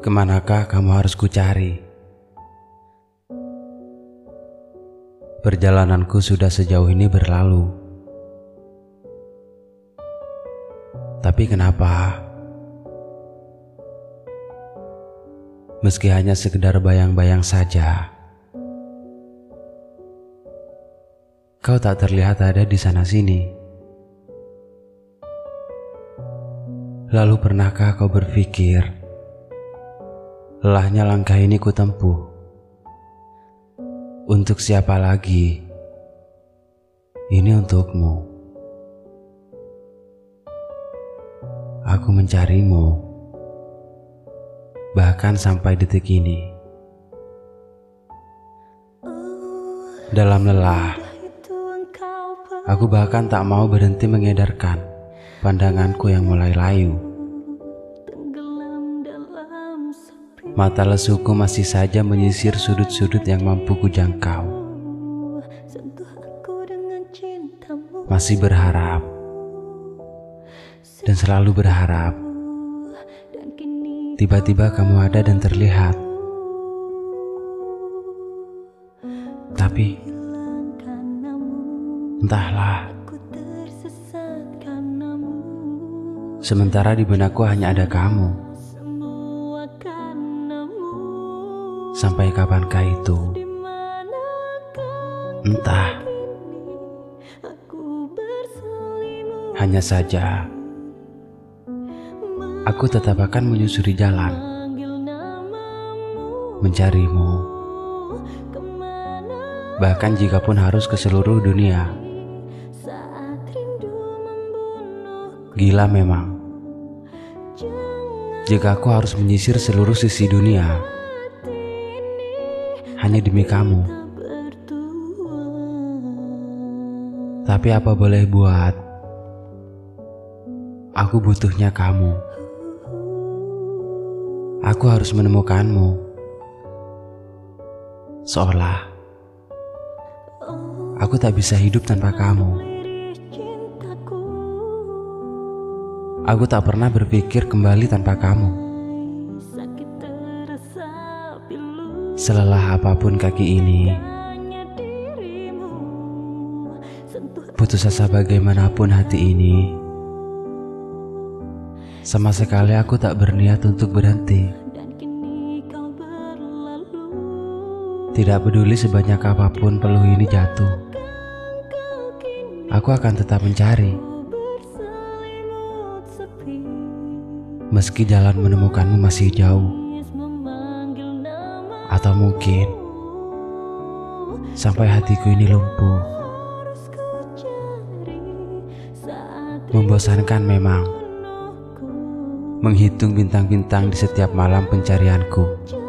Kemanakah kamu harus kucari? Perjalananku sudah sejauh ini berlalu. Tapi kenapa? Meski hanya sekedar bayang-bayang saja, kau tak terlihat ada di sana-sini. Lalu pernahkah kau berpikir, lelahnya langkah ini kutempuh? Untuk siapa lagi? Ini untukmu. Aku mencarimu, bahkan sampai detik ini. Dalam lelah, aku bahkan tak mau berhenti mengedarkan pandanganku yang mulai layu. Mata lesuku masih saja menyisir sudut-sudut yang mampu kujangkau. Masih berharap dan selalu berharap. Tiba-tiba kamu ada dan terlihat. Tapi entahlah, sementara di benakku hanya ada kamu. Sampai kapankah itu? Entah. Hanya saja aku tetap akan menyusuri jalan, mencarimu. Bahkan jikapun harus ke seluruh dunia. Gila memang, jika aku harus menyisir seluruh sisi dunia hanya demi kamu. Tapi apa boleh buat, aku butuhnya kamu. Aku harus menemukanmu. Seolah aku tak bisa hidup tanpa kamu. Aku tak pernah berpikir kembali tanpa kamu. Selelah apapun kaki ini, putus asa bagaimanapun hati ini, sama sekali aku tak berniat untuk berhenti. Tidak peduli sebanyak apapun peluh ini jatuh, aku akan tetap mencari. Meski jalan menemukanmu masih jauh, atau mungkin sampai hatiku ini lumpuh. Membosankan memang menghitung bintang-bintang di setiap malam pencarianku.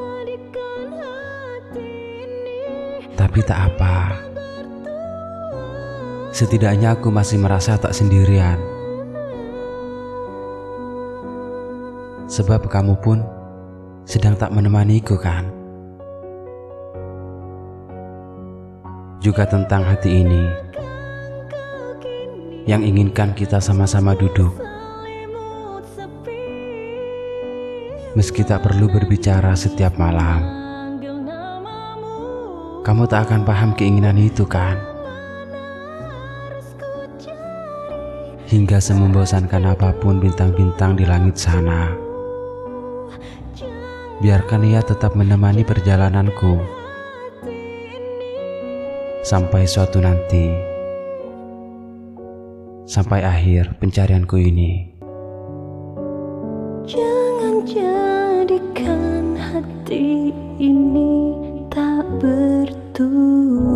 Tapi tak apa, setidaknya aku masih merasa tak sendirian. Sebab kamu pun sedang tak menemaniku kan? Juga tentang hati ini yang inginkan kita sama-sama duduk, meski tak perlu berbicara setiap malam. Kamu tak akan paham keinginan itu kan? Hingga semembosankan apapun bintang-bintang di langit sana, biarkan ia tetap menemani perjalananku sampai suatu nanti, sampai akhir pencarianku ini. Jangan jadikan hati ini tak bertujuan.